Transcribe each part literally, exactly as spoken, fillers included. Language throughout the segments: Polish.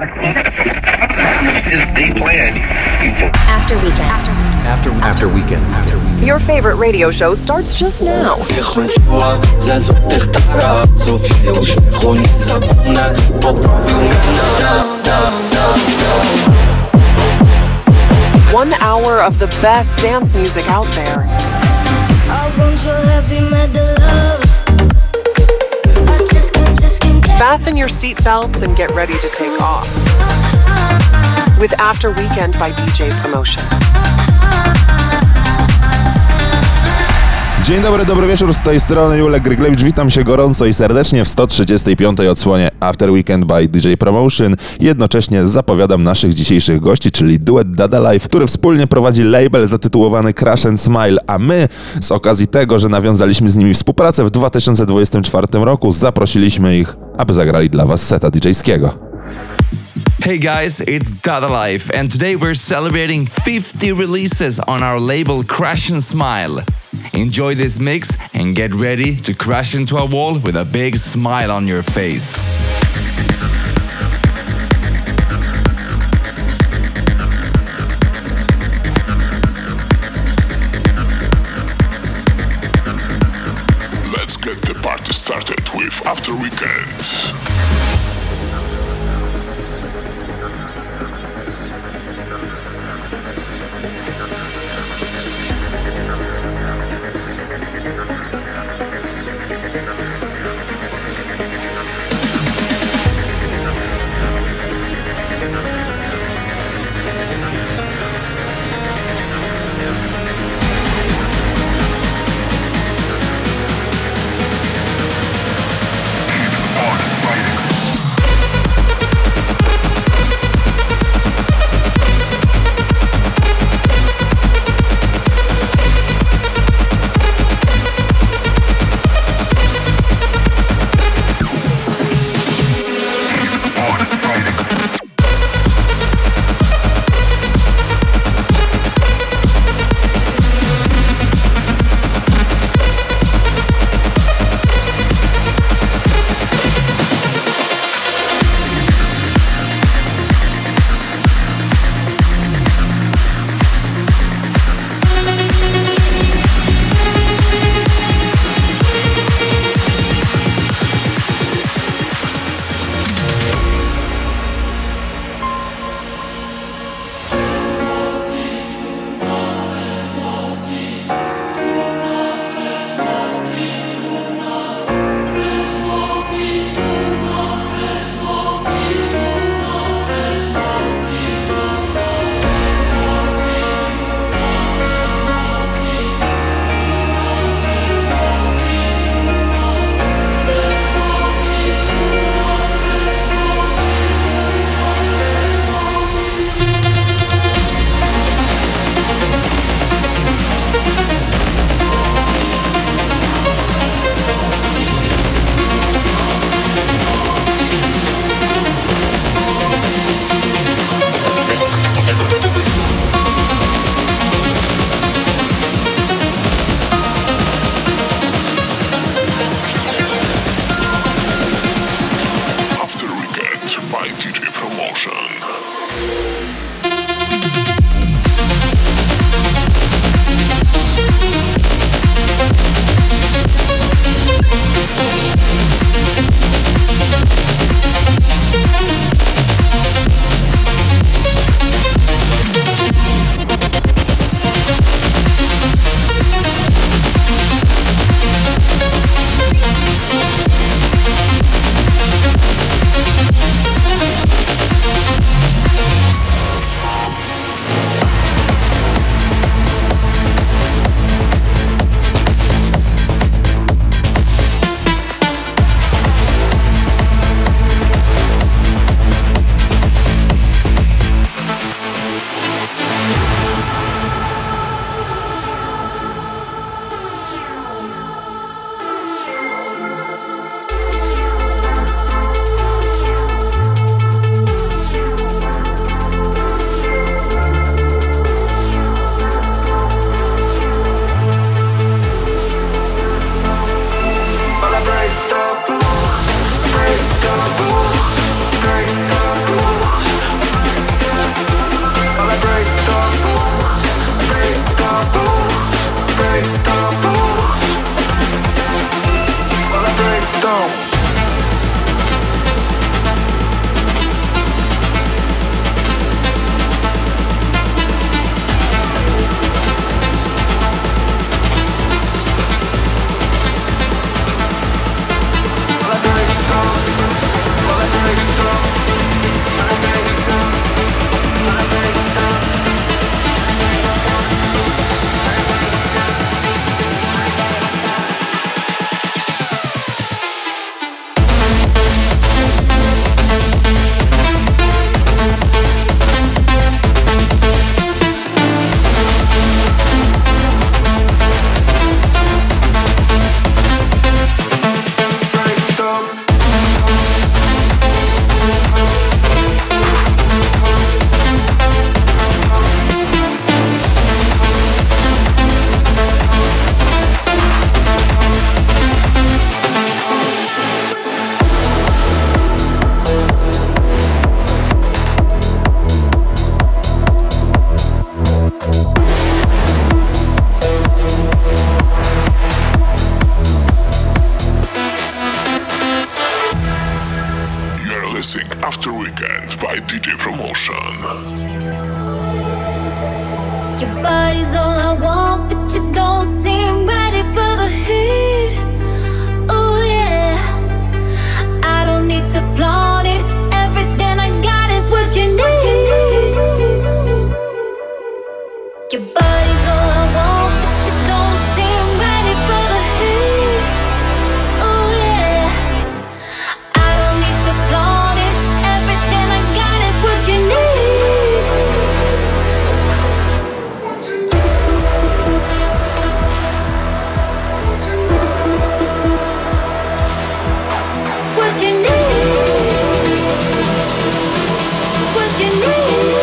After Weekend. After After, after weekend. After weekend. Your favorite radio show starts just now. One hour of the best dance music out there. Fasten your seatbelts and get ready to take off. With After Weekend by D J Promotion. Dzień dobry, dobry wieczór, z tej strony Julek Gryglewicz. Witam się gorąco i serdecznie w sto trzydziestej piątej odsłonie After Weekend by D J Promotion. Jednocześnie zapowiadam naszych dzisiejszych gości, czyli duet Dada Life, który wspólnie prowadzi label zatytułowany Crash and Smile, a my z okazji tego, że nawiązaliśmy z nimi współpracę w dwa tysiące dwudziestym czwartym roku, zaprosiliśmy ich, aby zagrali dla was seta didżejskiego. Hey guys, it's Dada Life, and today we're celebrating fifty releases on our label Crash and Smile. Enjoy this mix and get ready to crash into a wall with a big smile on your face. Let's get the party started with After Weekend. Weekend by D J Promotion. Your body's all I want, but you don't seem ready for the heat. Oh yeah, I don't need to flaunt it. Everything I got is what you need. Your body's all I want, but you don't seem ready for the heat. Oh yeah, I don't need to flaunt it. Everything I got is what you need. What you need, what you need.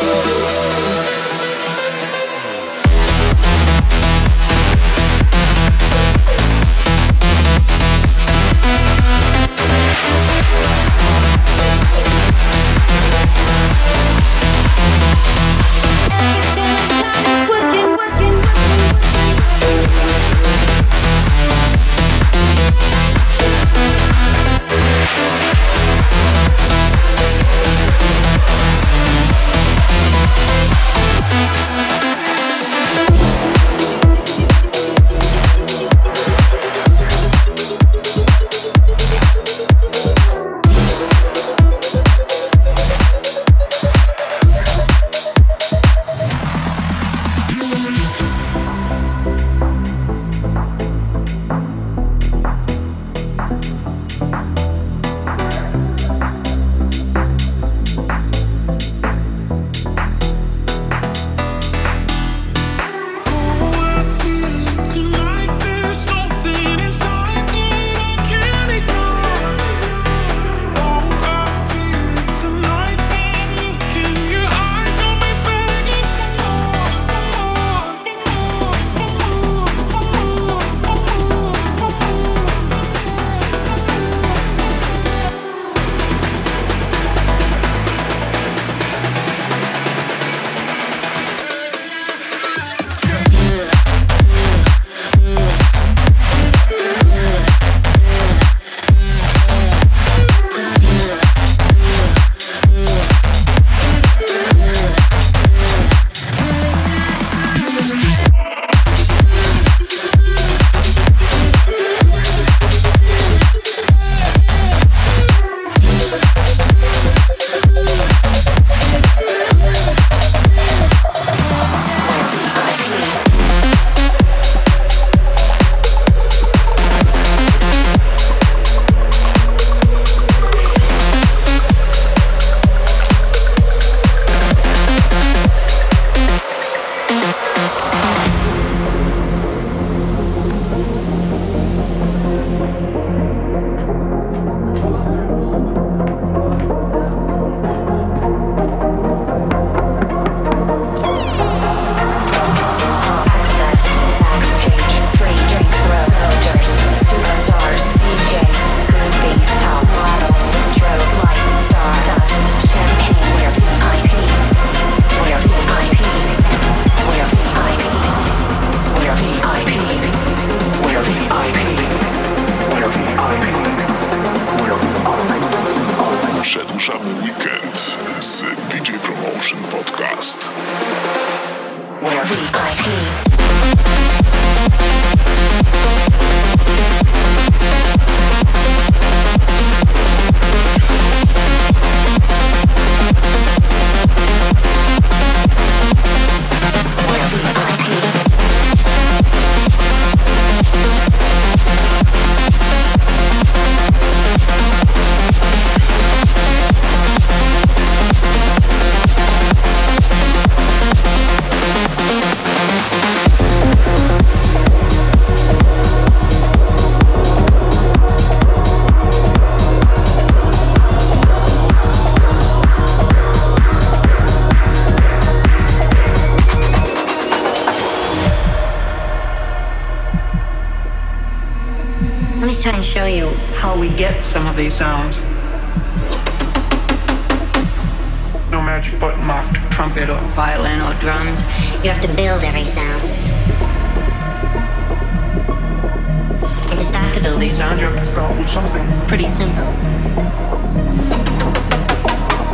Przedłużamy weekend z D J Promotion Podcast. We're V I P. Let me try and show you how we get some of these sounds. No magic button marked trumpet or violin or drums. You have to build every sound. And to start to build these sounds, you have to start with something pretty simple.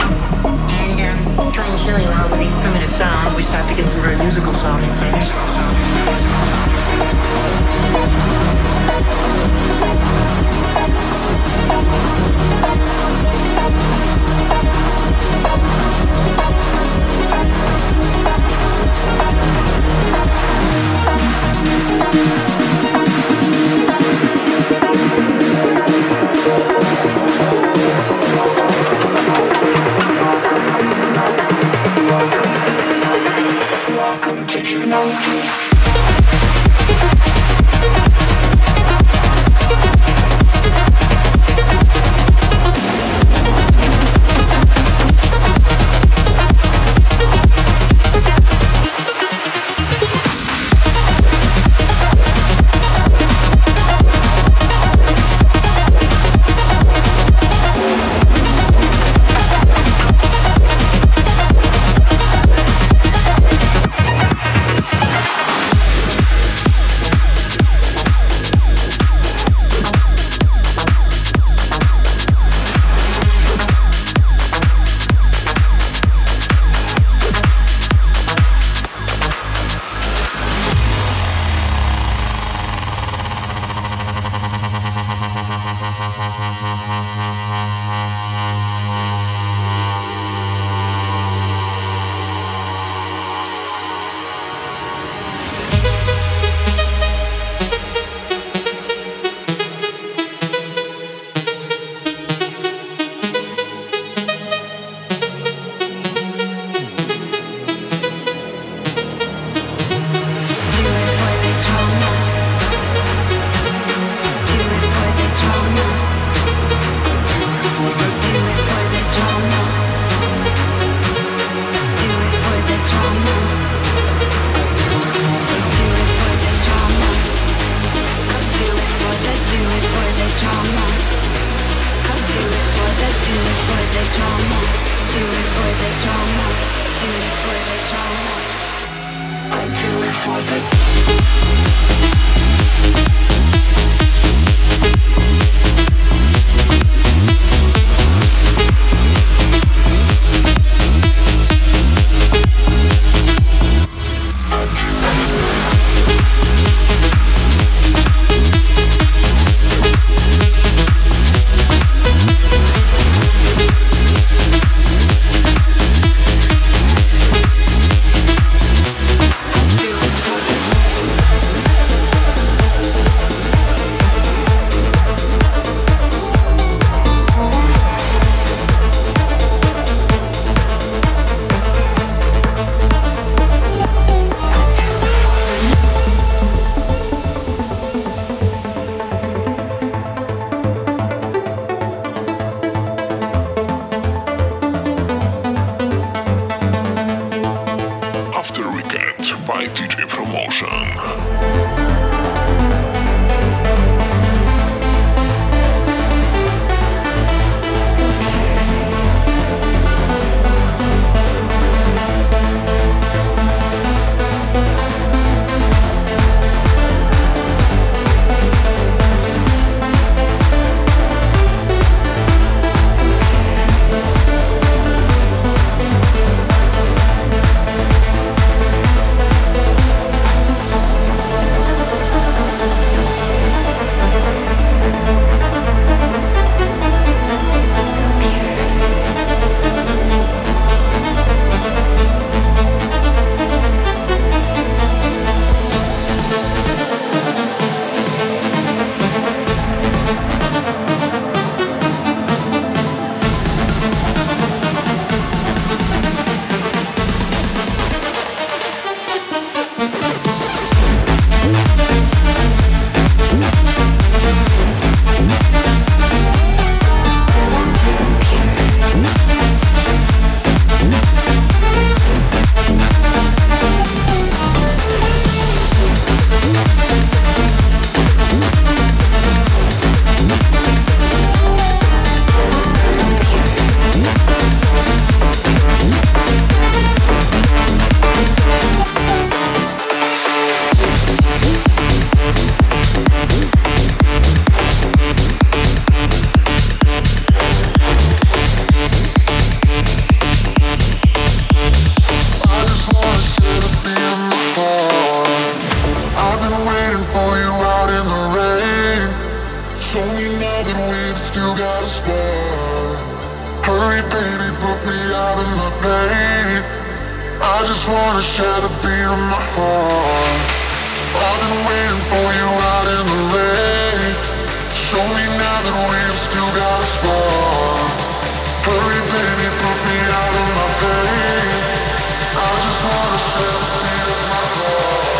Hurry, baby, put me out of my pain. I just wanna set a beat in my heart.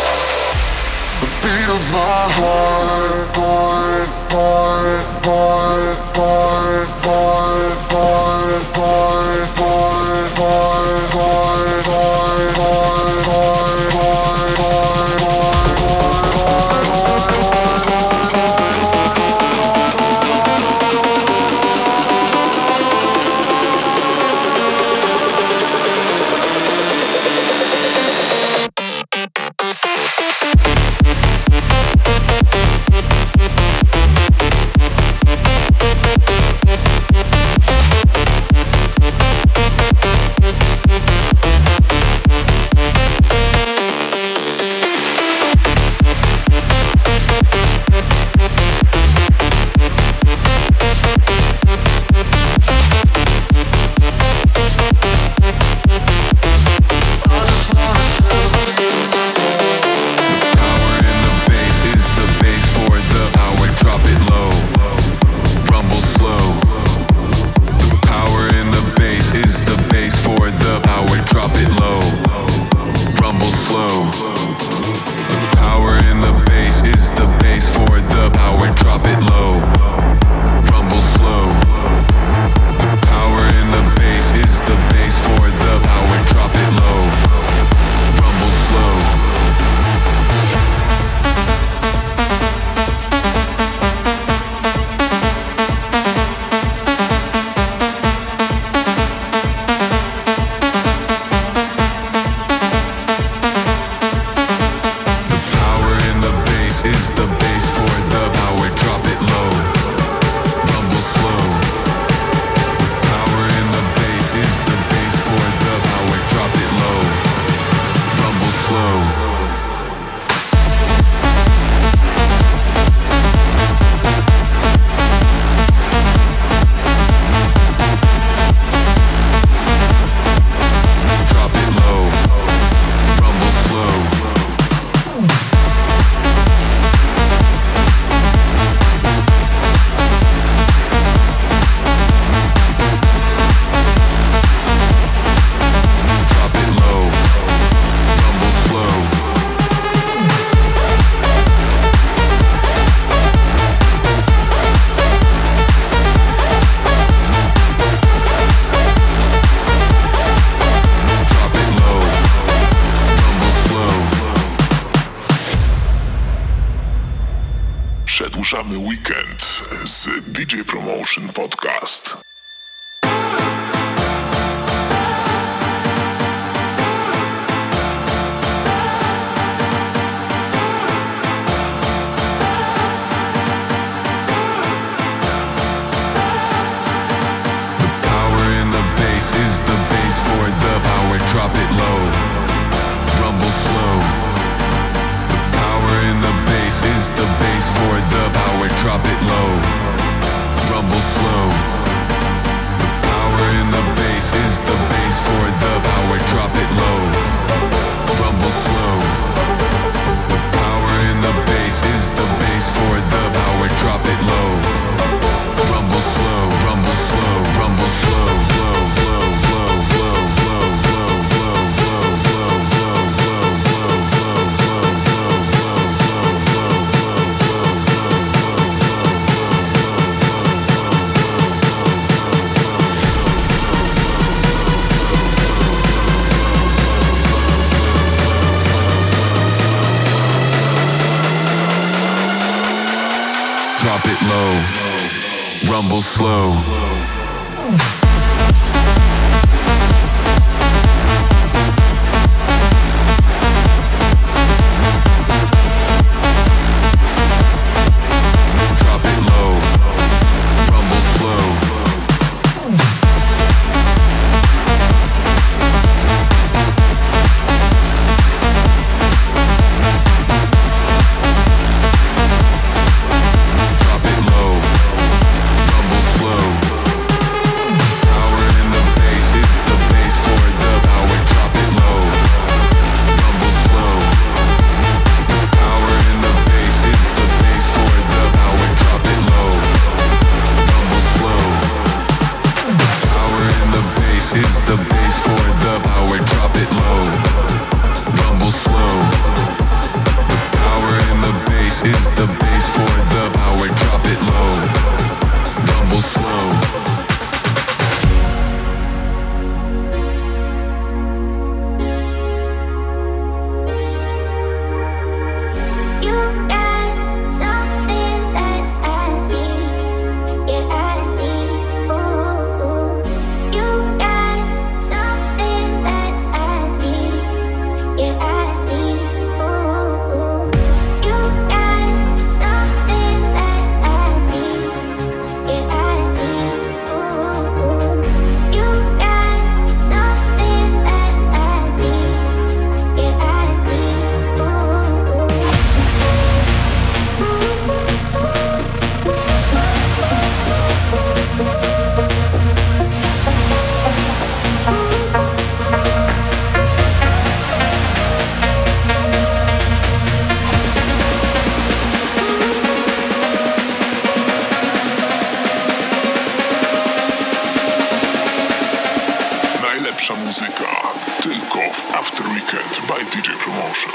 Przedłużamy weekend z D J Promotion Podcast. Drop it low, rumble slow. Slow. Weekend by D J Promotion.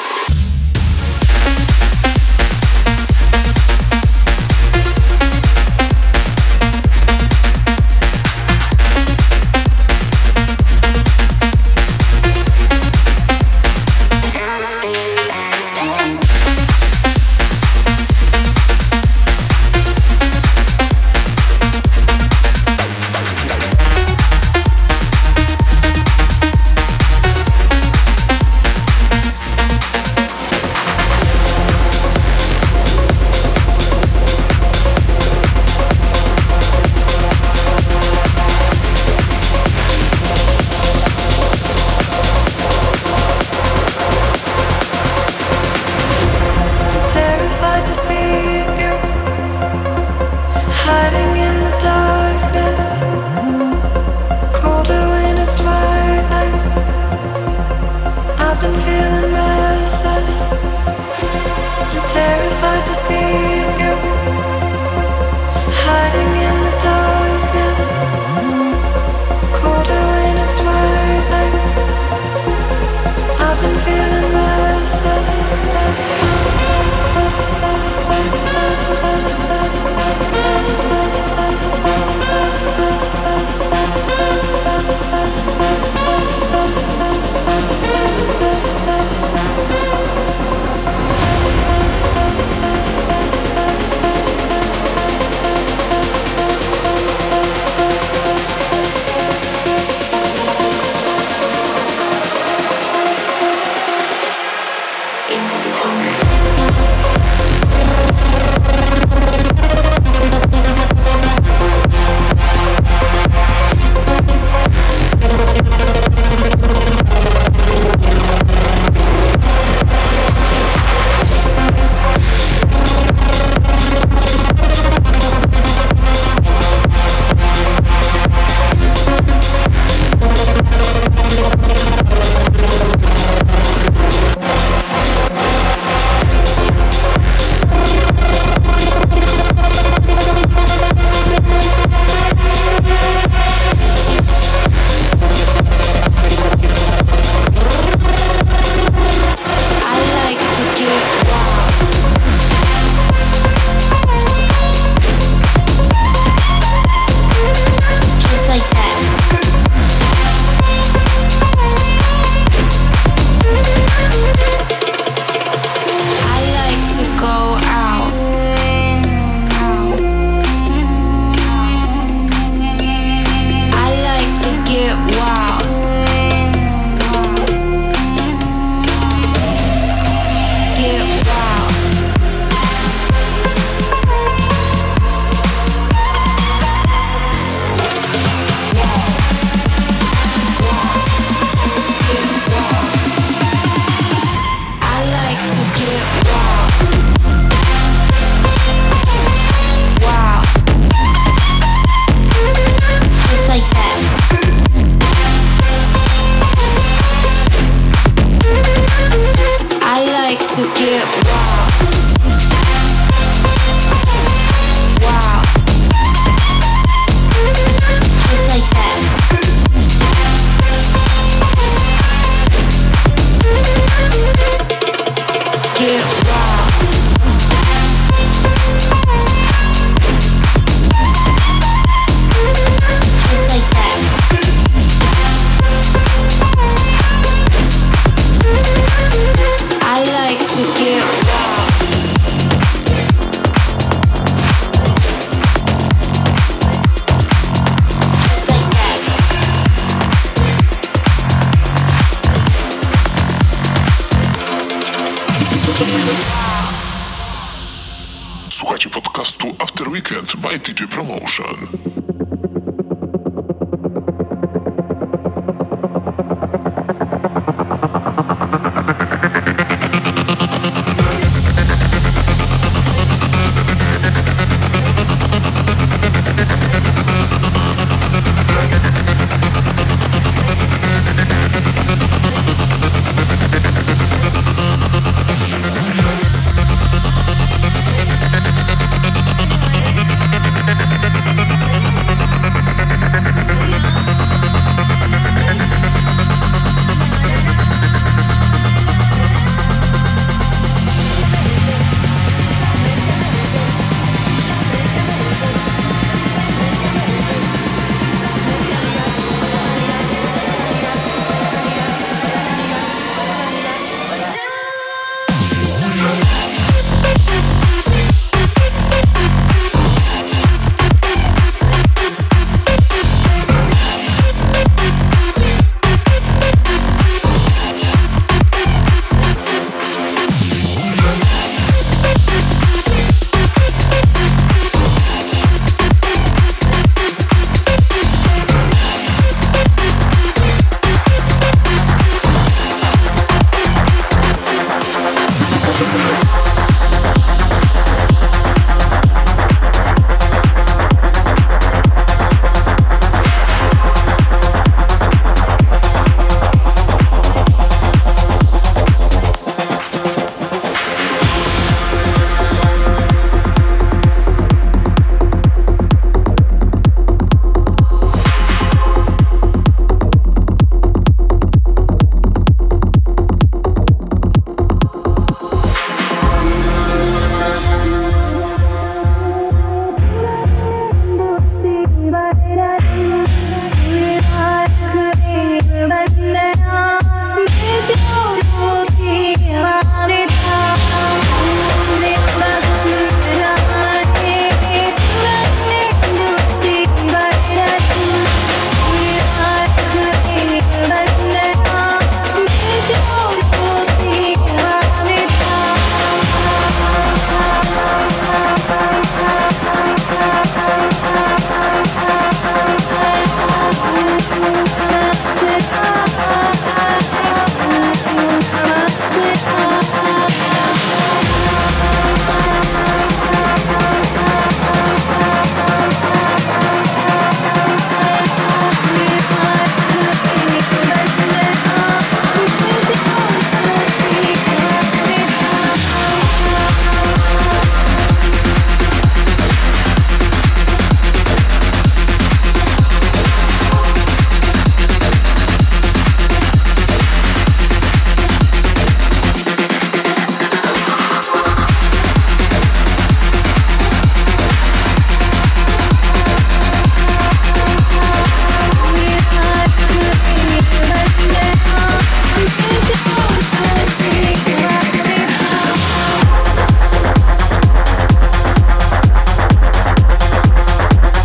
Słuchajcie podcastu After Weekend by D J Promotion.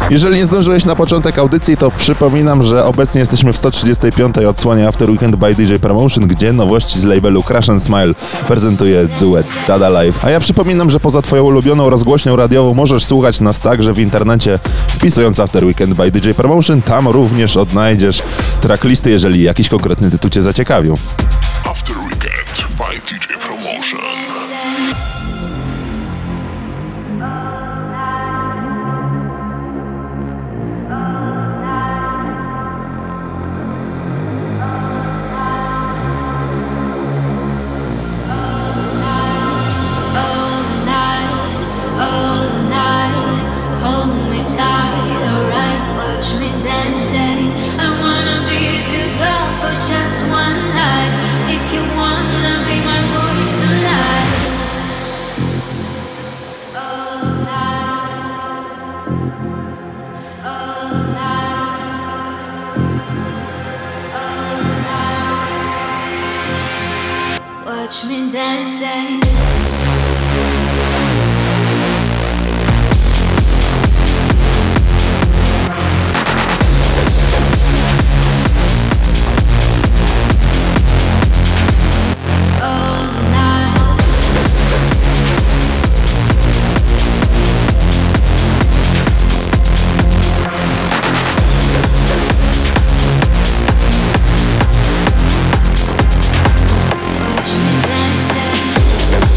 Jeżeli nie zdążyłeś na początek audycji, to przypominam, że obecnie jesteśmy w sto trzydziestej piątej odsłonie After Weekend by D J Promotion, gdzie nowości z labelu Crash and Smile prezentuje duet Dada Live. A ja przypominam, że poza twoją ulubioną rozgłośnią radiową możesz słuchać nas także w internecie, wpisując After Weekend by D J Promotion. Tam również odnajdziesz tracklisty, jeżeli jakiś konkretny tytuł cię zaciekawił. After Weekend by D J Promotion. Watch me dancing. Watch me dancing.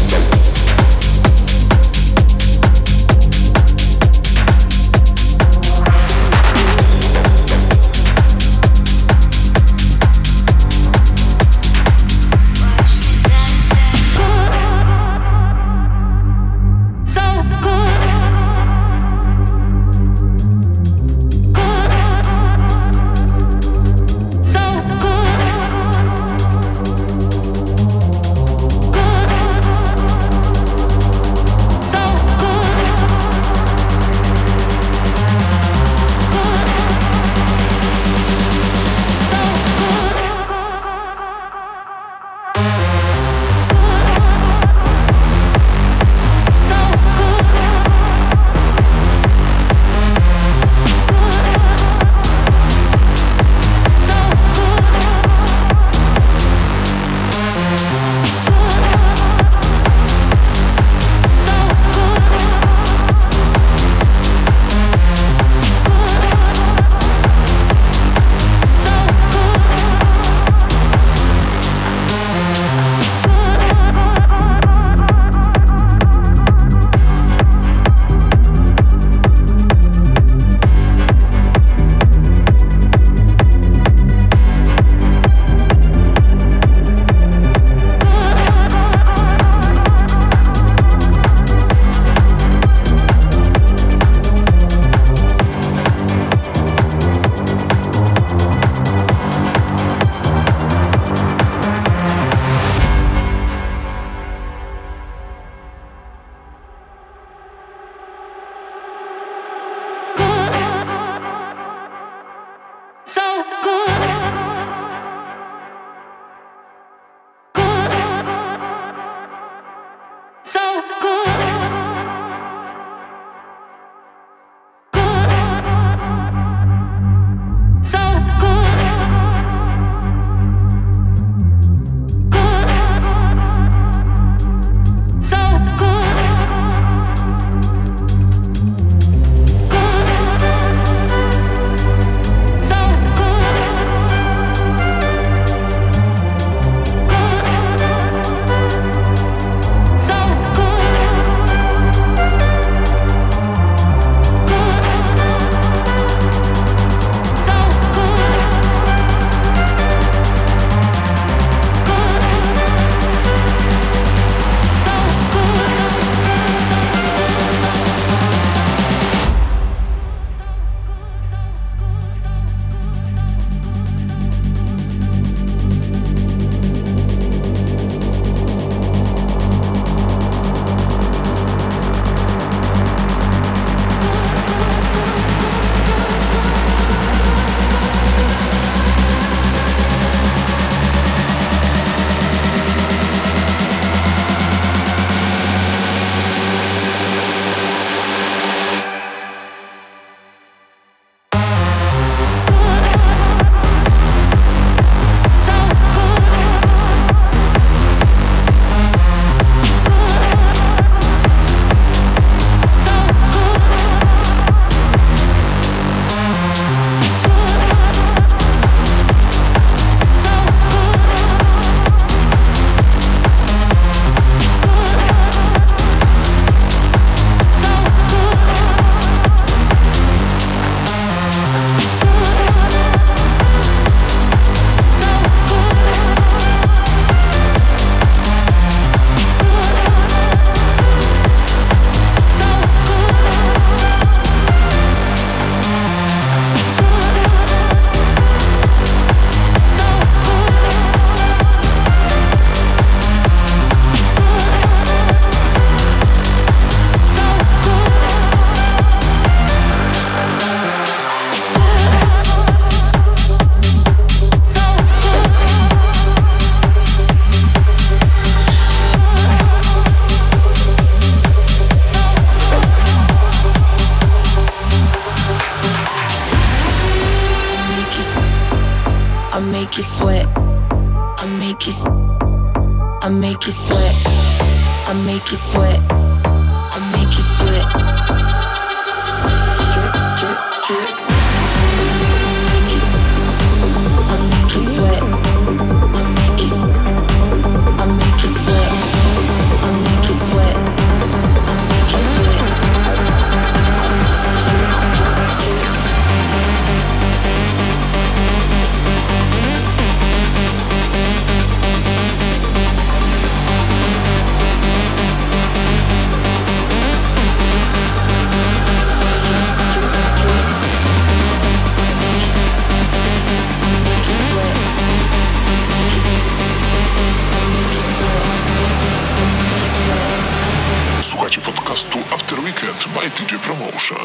you sweat. I make you, I make you sweat. I make you sweat. I make you sweat. Drip, drip, drip. I make you sweat. I make you, I make you sweat. I make you sweat. I make you sweat. Słuchajcie podcastu After Weekend by D J Promotion.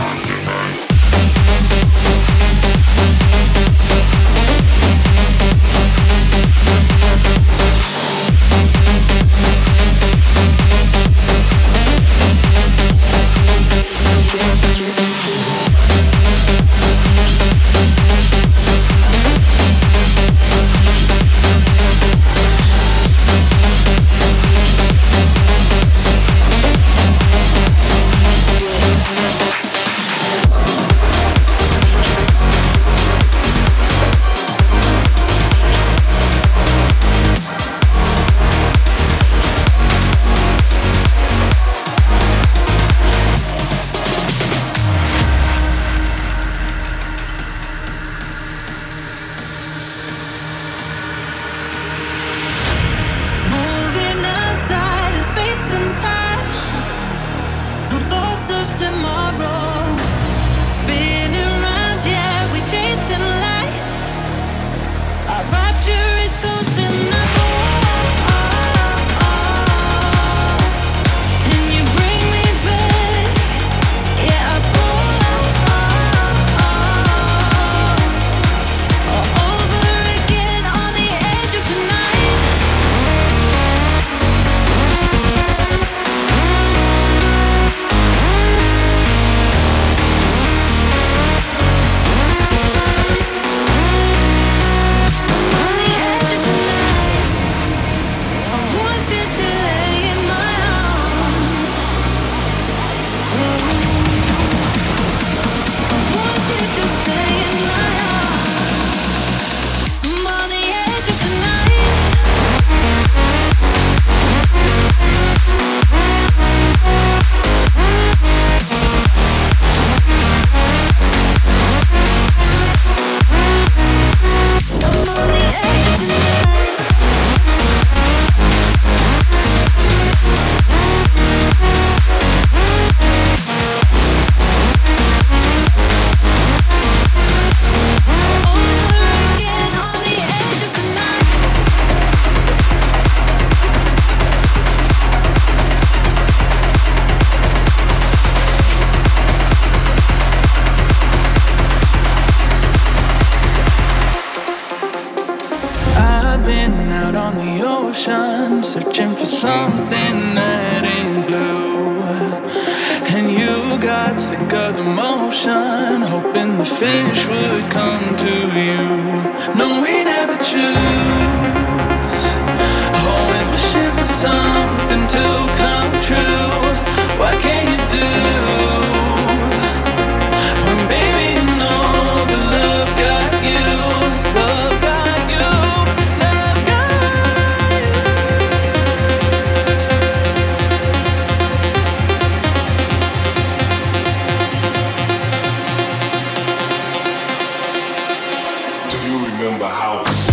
Searching for something that ain't blue. And you got sick of the motion, hoping the fish would come to you. No, we never choose. Always wishing for something to come true. What can you do when, baby, you know the love got you? Love got you. Love got you. Do you remember house?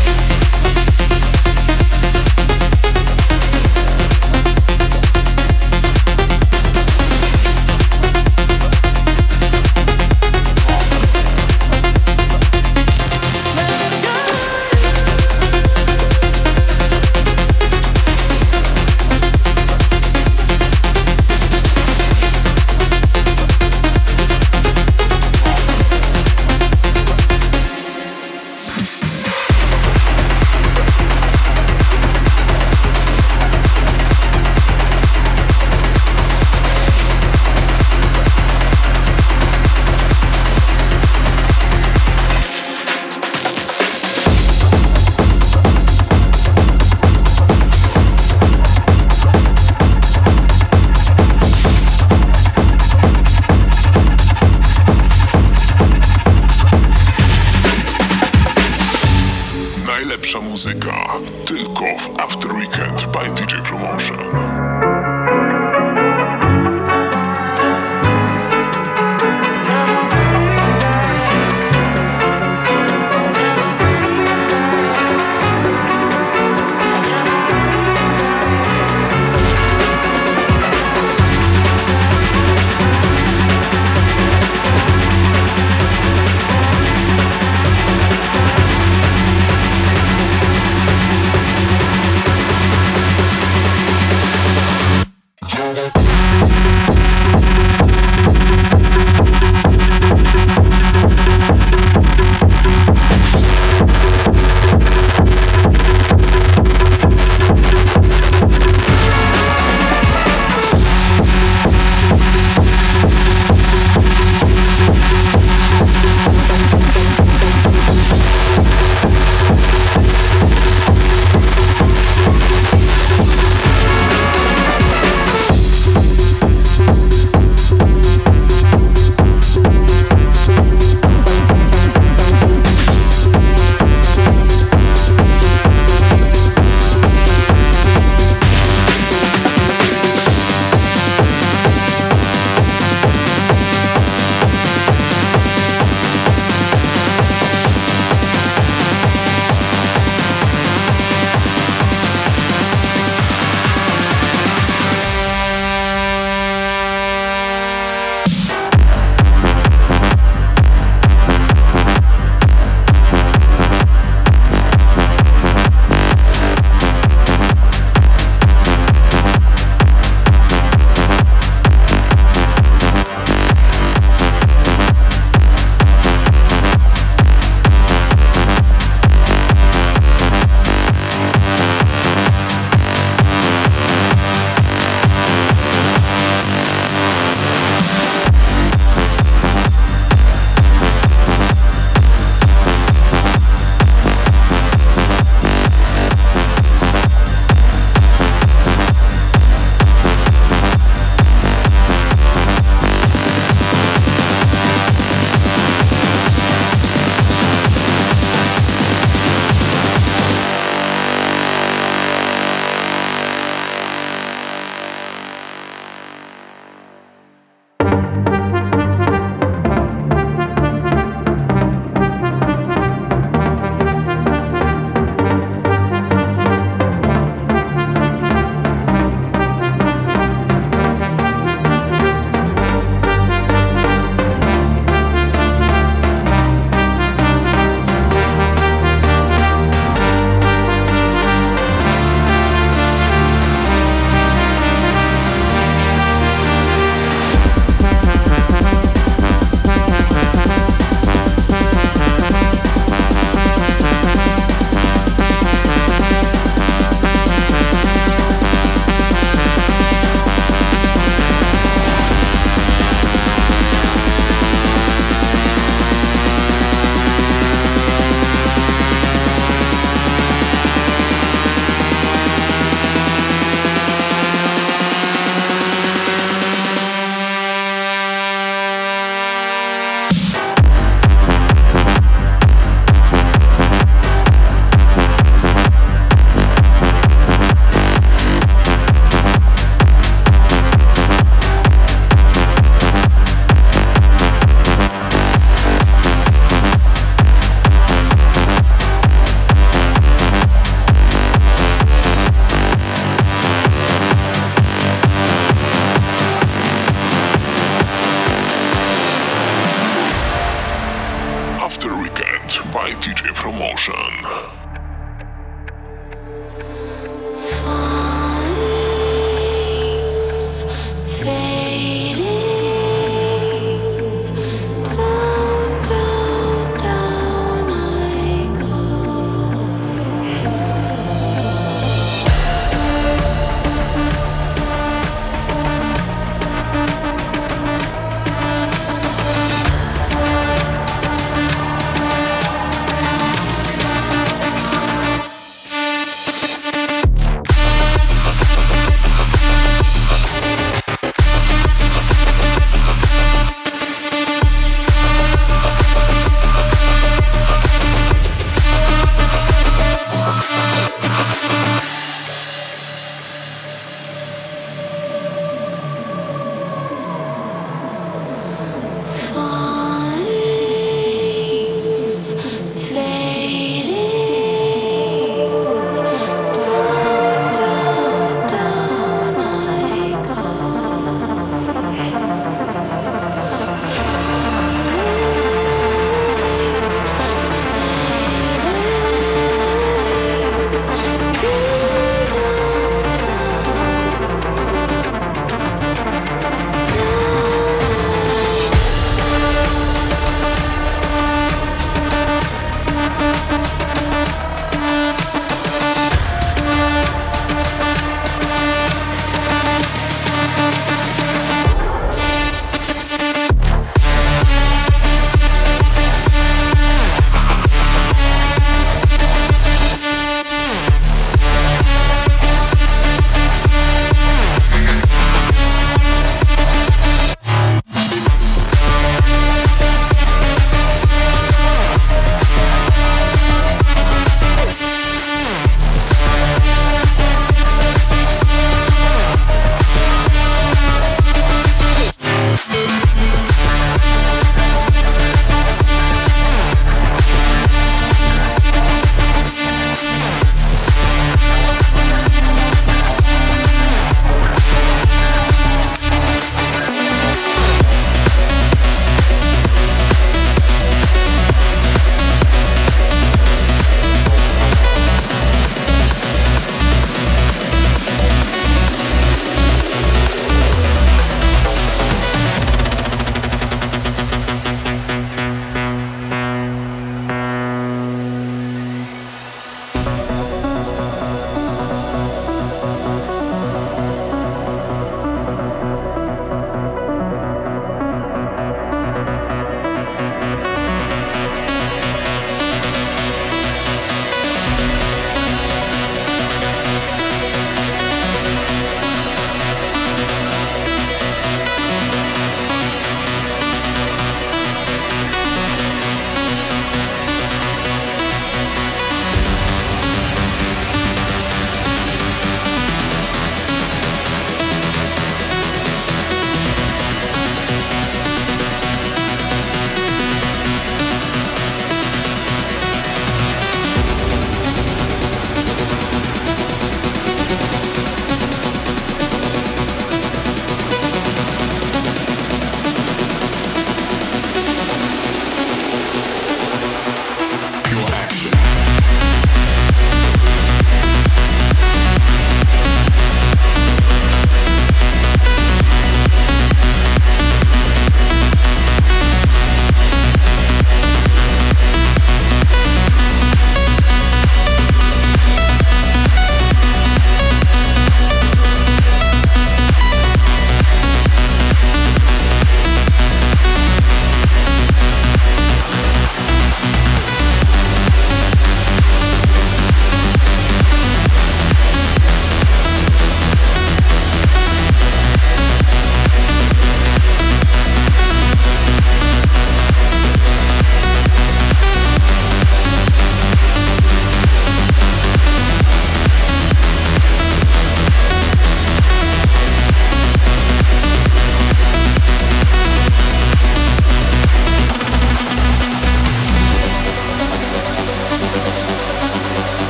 najlepsza muzyka tylko w After Weekend by D J Promotion. We'll be right back.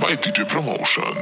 by D J Promotion.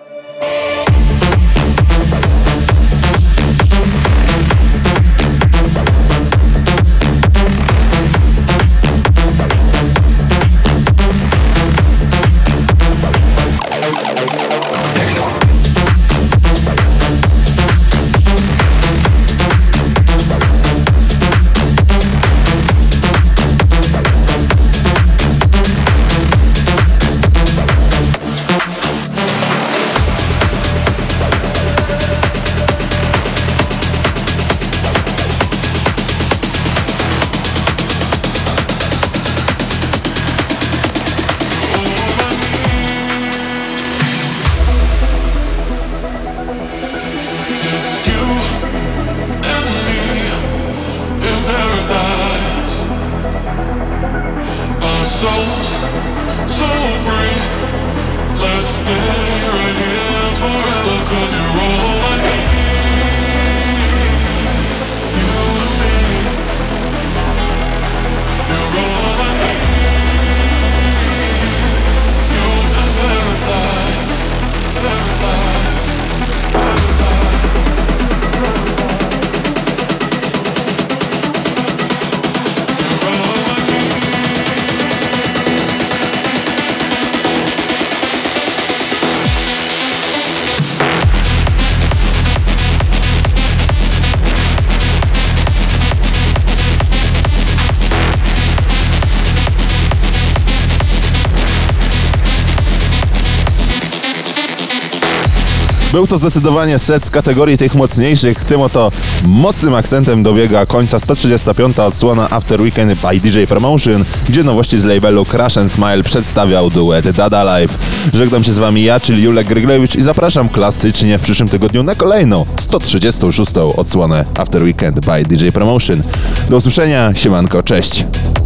Był to zdecydowanie set z kategorii tych mocniejszych. Tym oto mocnym akcentem dobiega końca sto trzydziesta piąta odsłona After Weekend by D J Promotion, gdzie nowości z labelu Crash and Smile przedstawiał duet Dada Life. Żegnam się z wami ja, czyli Julek Gryglewicz, i zapraszam klasycznie w przyszłym tygodniu na kolejną sto trzydziestą szóstą odsłonę After Weekend by D J Promotion. Do usłyszenia, siemanko, cześć!